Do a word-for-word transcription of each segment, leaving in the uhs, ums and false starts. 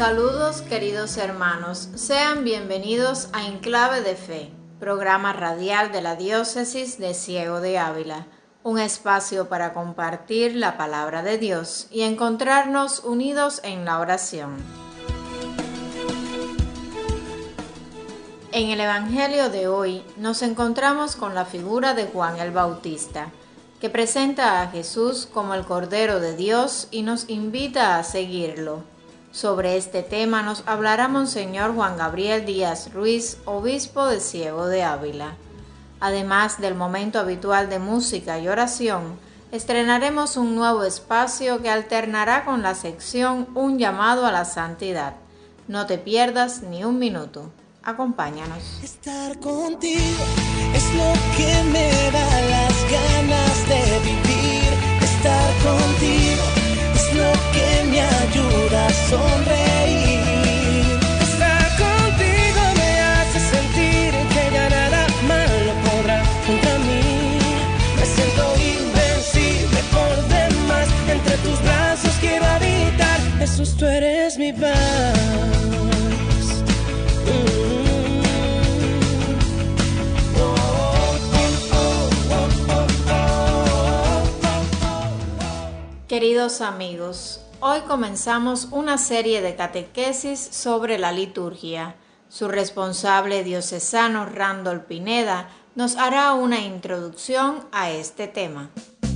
Saludos queridos hermanos, sean bienvenidos a Enclave de Fe, programa radial de la Diócesis de Ciego de Ávila, un espacio para compartir la palabra de Dios y encontrarnos unidos en la oración. En el Evangelio de hoy nos encontramos con la figura de Juan el Bautista, que presenta a Jesús como el Cordero de Dios y nos invita a seguirlo. Sobre este tema nos hablará Monseñor Juan Gabriel Díaz Ruiz, obispo de Ciego de Ávila. Además del momento habitual de música y oración, estrenaremos un nuevo espacio que alternará con la sección Un llamado a la santidad. No te pierdas ni un minuto. Acompáñanos. Estar contigo es lo que me da las ganas de vivir. Estar contigo es lo que me ayuda a sonreír. Estar contigo me hace sentir que ya nada malo podrá contra mí. Me siento invencible por demás. Entre tus brazos quiero habitar. Jesús, tú eres mi paz. Mm. Queridos amigos, hoy comenzamos una serie de catequesis sobre la liturgia. Su responsable diocesano Randolph Pineda nos hará una introducción a este tema.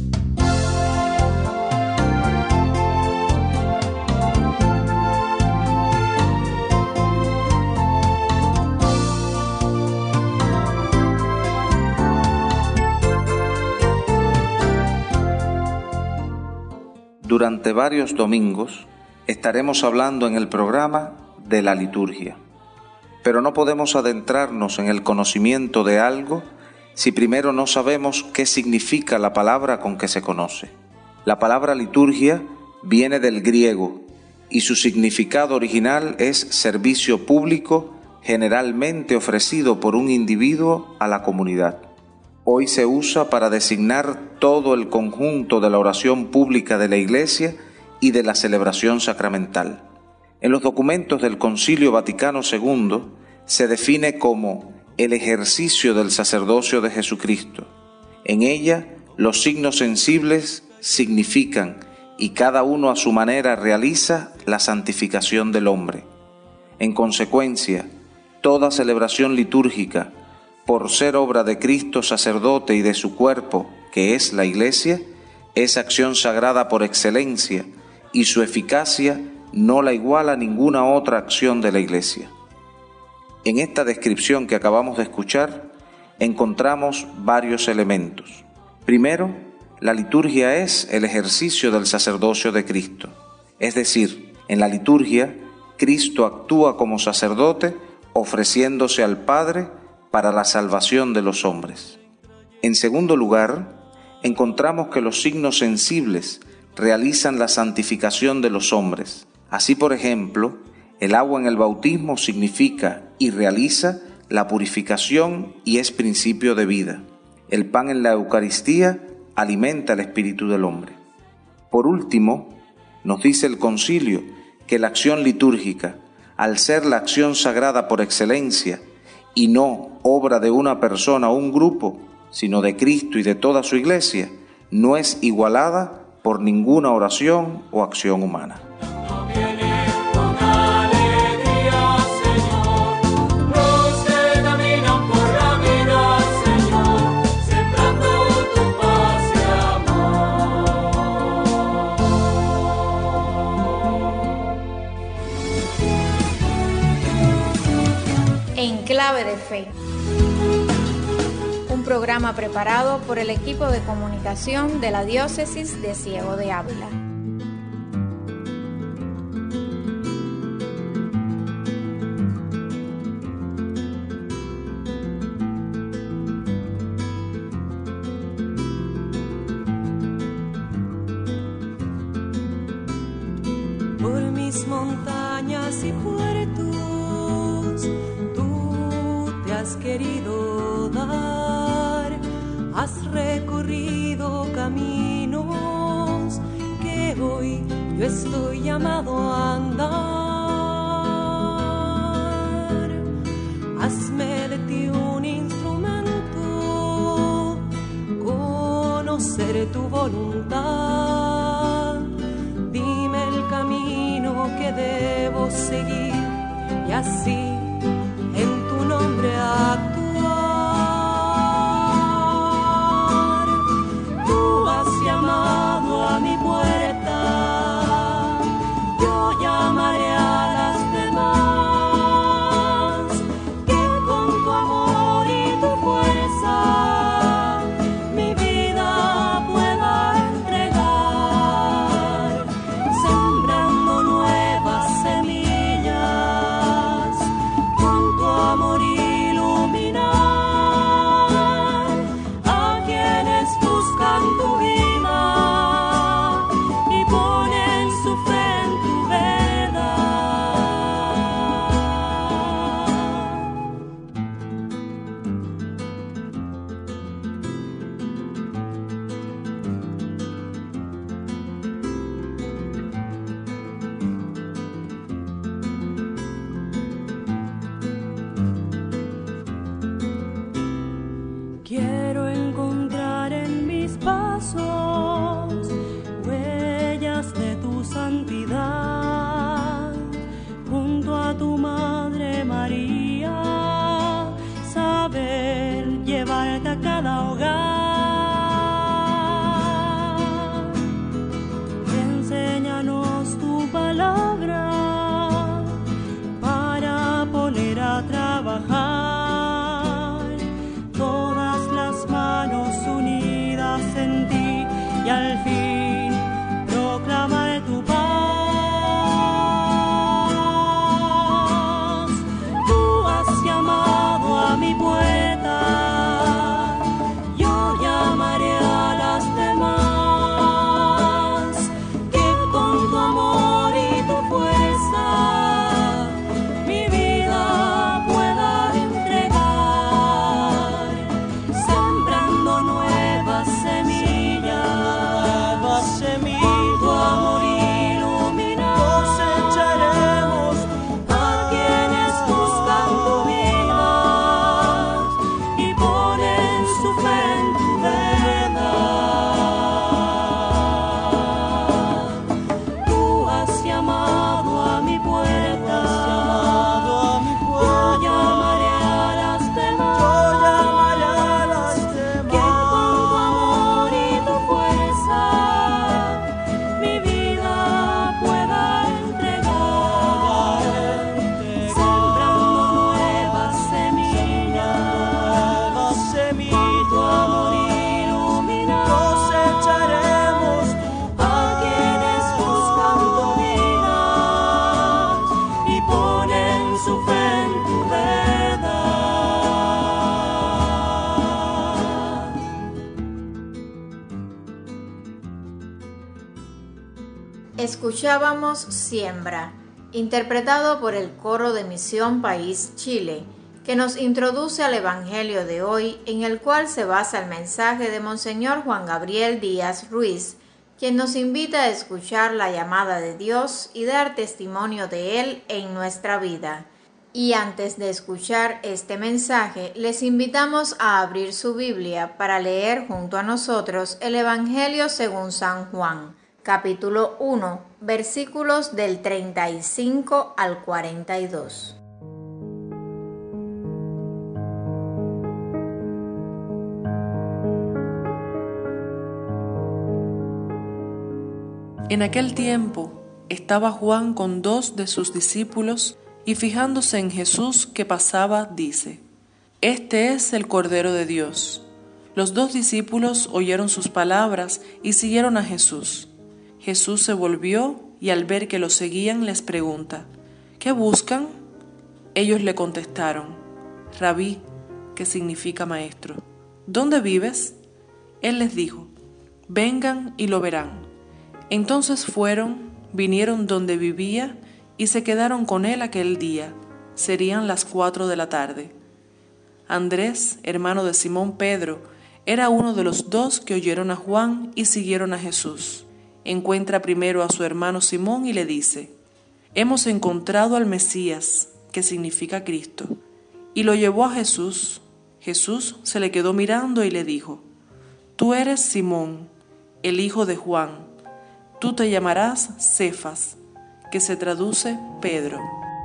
Durante varios domingos estaremos hablando en el programa de la liturgia, pero no podemos adentrarnos en el conocimiento de algo si primero no sabemos qué significa la palabra con que se conoce. La palabra liturgia viene del griego y su significado original es servicio público generalmente ofrecido por un individuo a la comunidad. Hoy se usa para designar todo el conjunto de la oración pública de la Iglesia y de la celebración sacramental. En los documentos del Concilio Vaticano segundo se define como el ejercicio del sacerdocio de Jesucristo. En ella, los signos sensibles significan y cada uno a su manera realiza la santificación del hombre. En consecuencia, toda celebración litúrgica, por ser obra de Cristo sacerdote y de su cuerpo, que es la Iglesia, es acción sagrada por excelencia y su eficacia no la iguala ninguna otra acción de la Iglesia. En esta descripción que acabamos de escuchar, encontramos varios elementos. Primero, la liturgia es el ejercicio del sacerdocio de Cristo. Es decir, en la liturgia, Cristo actúa como sacerdote ofreciéndose al Padre para la salvación de los hombres. En segundo lugar, encontramos que los signos sensibles realizan la santificación de los hombres. Así, por ejemplo, el agua en el bautismo significa y realiza la purificación y es principio de vida. El pan en la Eucaristía alimenta el espíritu del hombre. Por último, nos dice el Concilio que la acción litúrgica, al ser la acción sagrada por excelencia, y no obra de una persona o un grupo, sino de Cristo y de toda su Iglesia, no es igualada por ninguna oración o acción humana. Enclave de Fe, un programa preparado por el equipo de comunicación de la Diócesis de Ciego de Ávila. Por mis montañas y puertos, has querido dar, has recorrido caminos que hoy yo estoy llamado a andar. hazme de ti un instrumento, conocer tu voluntad. Dime el camino que debo seguir y así en tu nombre actuar. Tú has llamado a mi puerta, yo llamaré a las demás, que con tu amor y tu fuerza mi vida pueda entregar, sembrando nuevas semillas, con tu amor iluminar a quienes buscan tu vida y ponen su fe en tu verdad. Quiero encontrar en mis pasos huellas de tu santidad, junto a tu Madre María, saber llevarte a cada hogar. Enséñanos tu palabra para poner a trabajar todas las manos unidas en ti y al fin proclamar tu paz. Tú has llamado a mi puerta, yo llamaré a las demás, que con tu amor y tu fuerza mi vida pueda entregar, sembrando nuevas semillas, nuevas semillas, con tu amor iluminar cosecharemos a quienes buscan tu vida y ponen su fe en tu verdad. Tú has llamado a mi puerta, yo llamaré a las demás, que con tu amor y tu fuerza mi vida pueda entregar, sembrando nuevas semillas, con tu amor iluminar cosecharemos a quienes buscan tu vida y ponen su fe en tu verdad. Escuchábamos Siembra, interpretado por el Coro de Misión País Chile, que nos introduce al Evangelio de hoy, en el cual se basa el mensaje de Monseñor Juan Gabriel Díaz Ruiz, quien nos invita a escuchar la llamada de Dios y dar testimonio de Él en nuestra vida. Y antes de escuchar este mensaje, les invitamos a abrir su Biblia para leer junto a nosotros el Evangelio según San Juan, capítulo uno, versículos del treinta y cinco al cuarenta y dos. En aquel tiempo estaba Juan con dos de sus discípulos y fijándose en Jesús que pasaba, dice: Este es el Cordero de Dios. Los dos discípulos oyeron sus palabras y siguieron a Jesús. Jesús se volvió y al ver que lo seguían les pregunta: ¿Qué buscan? Ellos le contestaron: Rabí, que significa maestro, ¿dónde vives? Él les dijo: Vengan y lo verán. Entonces fueron, vinieron donde vivía y se quedaron con él aquel día. Serían las cuatro de la tarde. Andrés, hermano de Simón Pedro, era uno de los dos que oyeron a Juan y siguieron a Jesús. Encuentra primero a su hermano Simón y le dice: Hemos encontrado al Mesías, que significa Cristo. y lo llevó a Jesús. Jesús se le quedó mirando y le dijo: Tú eres Simón, el hijo de Juan. Tú te llamarás Cefas, que se traduce Pedro.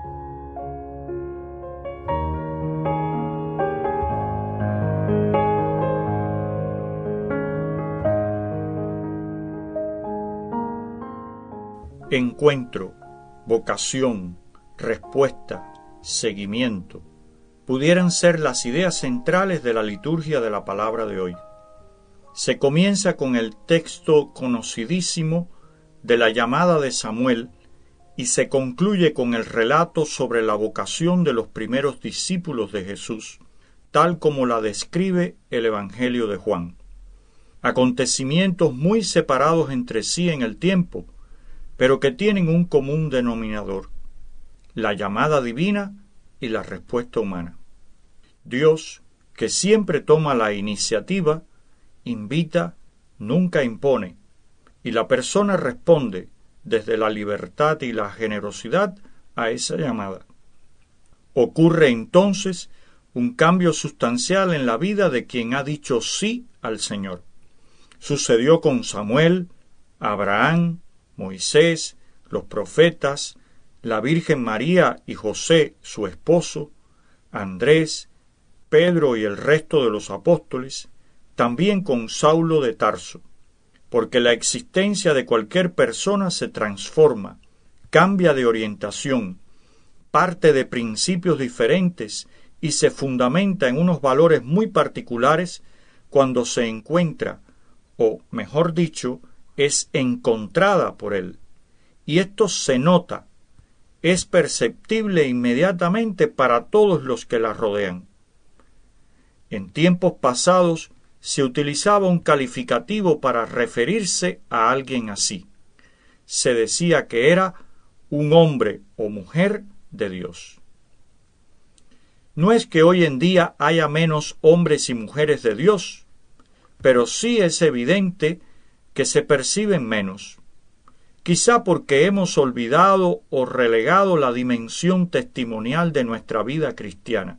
Encuentro, vocación, respuesta, seguimiento, pudieran ser las ideas centrales de la liturgia de la palabra de hoy. Se comienza con el texto conocidísimo de la llamada de Samuel y se concluye con el relato sobre la vocación de los primeros discípulos de Jesús, tal como la describe el Evangelio de Juan. Acontecimientos muy separados entre sí en el tiempo, pero que tienen un común denominador: la llamada divina y la respuesta humana. Dios, que siempre toma la iniciativa, invita, nunca impone, y la persona responde desde la libertad y la generosidad a esa llamada. Ocurre entonces un cambio sustancial en la vida de quien ha dicho sí al Señor. Sucedió con Samuel, Abraham, Moisés, los profetas, la Virgen María y José, su esposo, Andrés, Pedro y el resto de los apóstoles, también con Saulo de Tarso, porque la existencia de cualquier persona se transforma, cambia de orientación, parte de principios diferentes y se fundamenta en unos valores muy particulares cuando se encuentra, o mejor dicho, es encontrada por él. Y esto se nota, es perceptible inmediatamente para todos los que la rodean. En tiempos pasados se utilizaba un calificativo para referirse a alguien así. Se decía que era un hombre o mujer de Dios. No es que hoy en día haya menos hombres y mujeres de Dios, pero sí es evidente que se perciben menos, quizá porque hemos olvidado o relegado la dimensión testimonial de nuestra vida cristiana.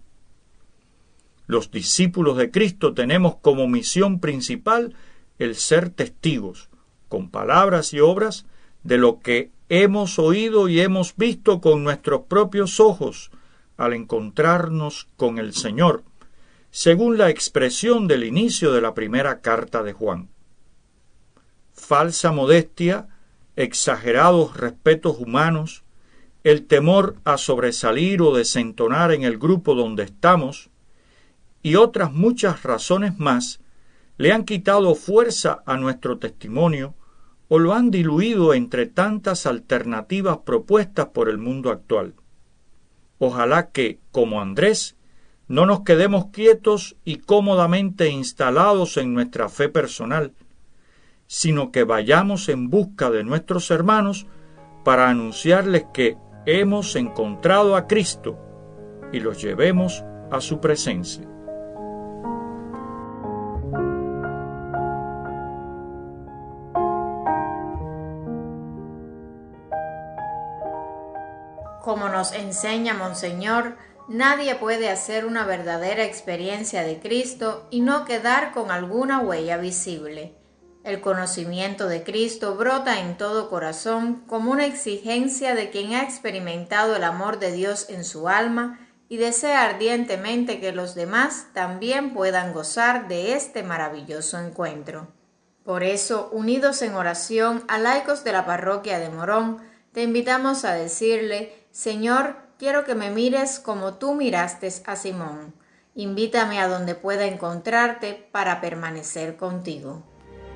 Los discípulos de Cristo tenemos como misión principal el ser testigos, con palabras y obras, de lo que hemos oído y hemos visto con nuestros propios ojos al encontrarnos con el Señor, según la expresión del inicio de la primera carta de Juan. Falsa modestia, exagerados respetos humanos, el temor a sobresalir o desentonar en el grupo donde estamos, y otras muchas razones más, le han quitado fuerza a nuestro testimonio o lo han diluido entre tantas alternativas propuestas por el mundo actual. Ojalá que, como Andrés, no nos quedemos quietos y cómodamente instalados en nuestra fe personal, sino que vayamos en busca de nuestros hermanos para anunciarles que hemos encontrado a Cristo y los llevemos a su presencia. Como nos enseña Monseñor, nadie puede hacer una verdadera experiencia de Cristo y no quedar con alguna huella visible. El conocimiento de Cristo brota en todo corazón como una exigencia de quien ha experimentado el amor de Dios en su alma y desea ardientemente que los demás también puedan gozar de este maravilloso encuentro. Por eso, unidos en oración a laicos de la parroquia de Morón, te invitamos a decirle: Señor, quiero que me mires como tú miraste a Simón. Invítame a donde pueda encontrarte para permanecer contigo.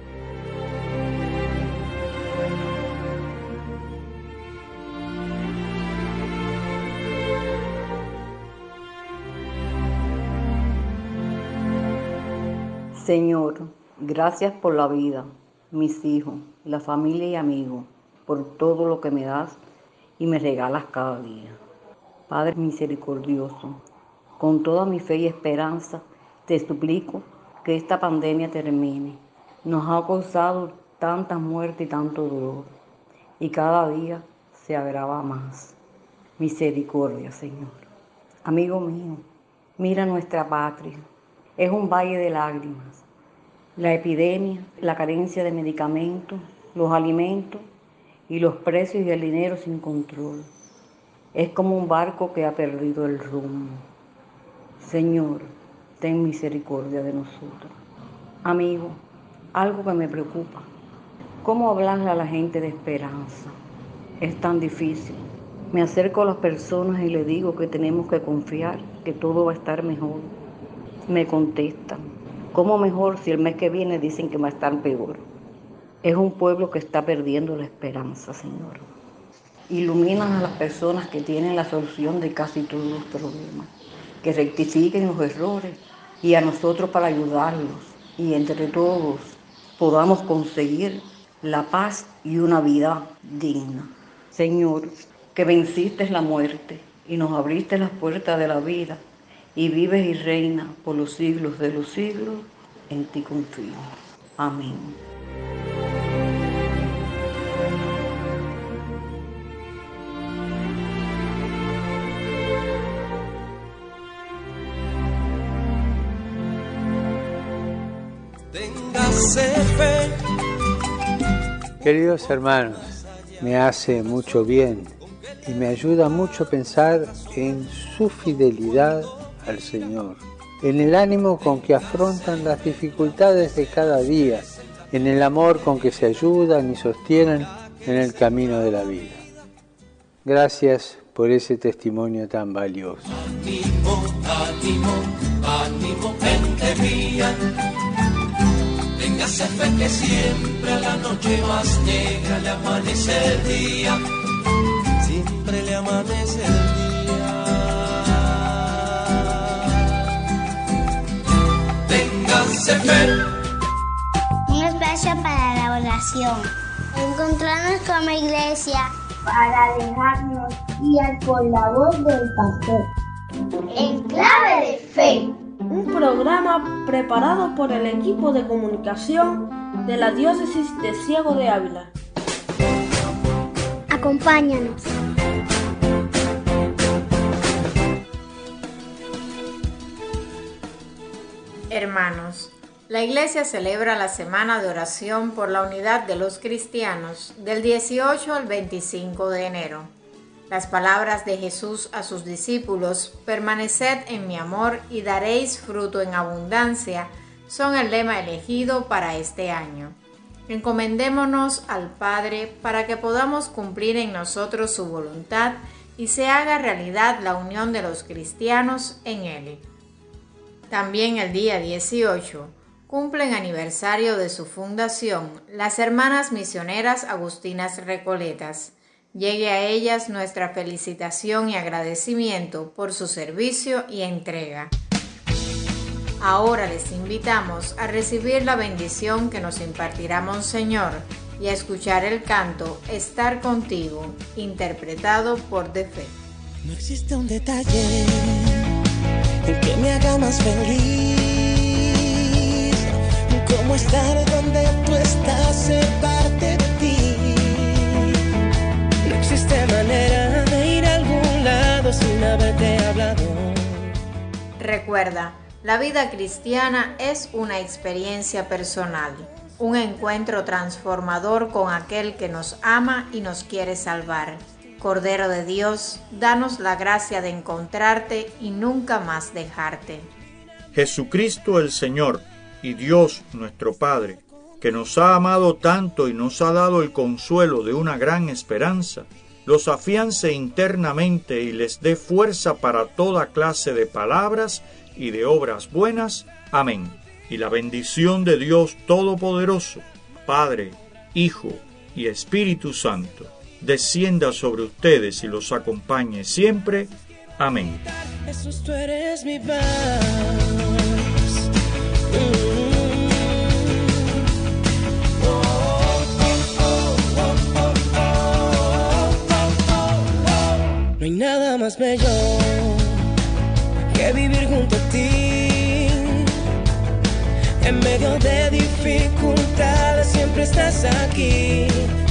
Señor, gracias por la vida, mis hijos, la familia y amigos, por todo lo que me das y me regalas cada día. Padre misericordioso, con toda mi fe y esperanza, te suplico que esta pandemia termine. Nos ha causado tanta muerte y tanto dolor, y cada día se agrava más. Misericordia, Señor. Amigo mío, Mira nuestra patria. Es un valle de lágrimas. La epidemia, la carencia de medicamentos, los alimentos y los precios y el dinero sin control. Es como un barco que ha perdido el rumbo. Señor, ten misericordia de nosotros. Amigo, algo que me preocupa. ¿Cómo hablarle a la gente de esperanza? Es tan difícil. Me acerco a las personas y les digo que tenemos que confiar, que todo va a estar mejor. Me contestan, ¿cómo mejor si el mes que viene dicen que va a estar peor? Es un pueblo que está perdiendo la esperanza, Señor. Iluminan a las personas que tienen la solución de casi todos los problemas, que rectifiquen los errores y a nosotros para ayudarlos y entre todos podamos conseguir la paz y una vida digna. Señor, que venciste la muerte y nos abriste las puertas de la vida y vives y reinas por los siglos de los siglos, en ti confío. Amén. Téngase fe. Queridos hermanos, me hace mucho bien y me ayuda mucho pensar en su fidelidad al Señor, en el ánimo con que afrontan las dificultades de cada día, en el amor con que se ayudan y sostienen en el camino de la vida. Gracias por ese testimonio tan valioso. Ánimo, ánimo, ánimo, gente mía. Téngase fe que siempre a la noche más negra le amanece el día. Siempre le amanece el día. Téngase fe. Un espacio para la oración. Encontrarnos como iglesia para dejarnos guiar por la voz del pastor. En clave de fe. Un programa preparado por el equipo de comunicación de la Diócesis de Ciego de Ávila. Acompáñanos. Hermanos, la Iglesia celebra la Semana de Oración por la Unidad de los Cristianos del dieciocho al veinticinco de enero. Las palabras de Jesús a sus discípulos, permaneced en mi amor y daréis fruto en abundancia, son el lema elegido para este año. Encomendémonos al Padre para que podamos cumplir en nosotros su voluntad y se haga realidad la unión de los cristianos en Él. También el día dieciocho cumplen aniversario de su fundación las Hermanas Misioneras Agustinas Recoletas. Llegue a ellas nuestra felicitación y agradecimiento por su servicio y entrega. Ahora les invitamos a recibir la bendición que nos impartirá Monseñor y a escuchar el canto Estar Contigo, interpretado por De Fe. No existe un detalle en que me haga más feliz, como estar donde tú estás, ser parte de ti. No existe manera de ir a algún lado sin haberte hablado. Recuerda, la vida cristiana es una experiencia personal, un encuentro transformador con aquel que nos ama y nos quiere salvar. Cordero de Dios, danos la gracia de encontrarte y nunca más dejarte. Jesucristo el Señor y Dios nuestro Padre, que nos ha amado tanto y nos ha dado el consuelo de una gran esperanza, los afiance internamente y les dé fuerza para toda clase de palabras y de obras buenas. Amén. Y la bendición de Dios Todopoderoso, Padre, Hijo y Espíritu Santo, descienda sobre ustedes y los acompañe siempre. Amén. Jesús, tú eres mi paz. No hay nada más bello que vivir junto a ti. En medio de dificultades siempre estás aquí.